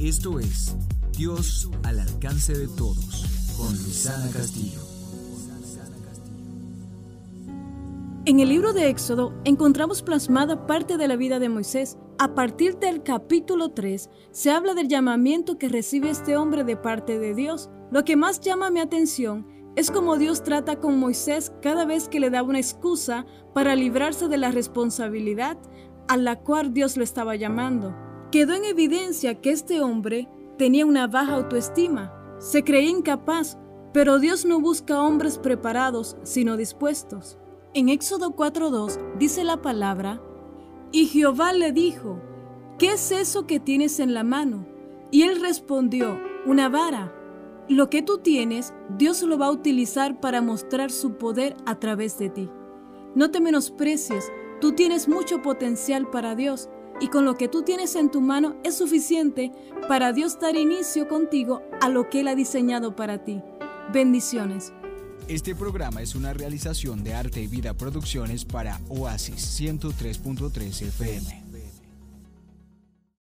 Esto es Dios al alcance de todos, con Luisana Castillo. En el libro de Éxodo encontramos plasmada parte de la vida de Moisés. A partir del capítulo 3 se habla del llamamiento que recibe este hombre de parte de Dios. Lo que más llama mi atención es cómo Dios trata con Moisés cada vez que le da una excusa para librarse de la responsabilidad a la cual Dios lo estaba llamando. Quedó en evidencia que este hombre tenía una baja autoestima, se creía incapaz, pero Dios no busca hombres preparados, sino dispuestos. En Éxodo 4:2 dice la palabra: y Jehová le dijo, ¿qué es eso que tienes en la mano? Y él respondió, una vara. Lo que tú tienes, Dios lo va a utilizar para mostrar su poder a través de ti. No te menosprecies, tú tienes mucho potencial para Dios, y con lo que tú tienes en tu mano es suficiente para Dios dar inicio contigo a lo que Él ha diseñado para ti. Bendiciones. Este programa es una realización de Arte y Vida Producciones para Oasis 103.3 FM.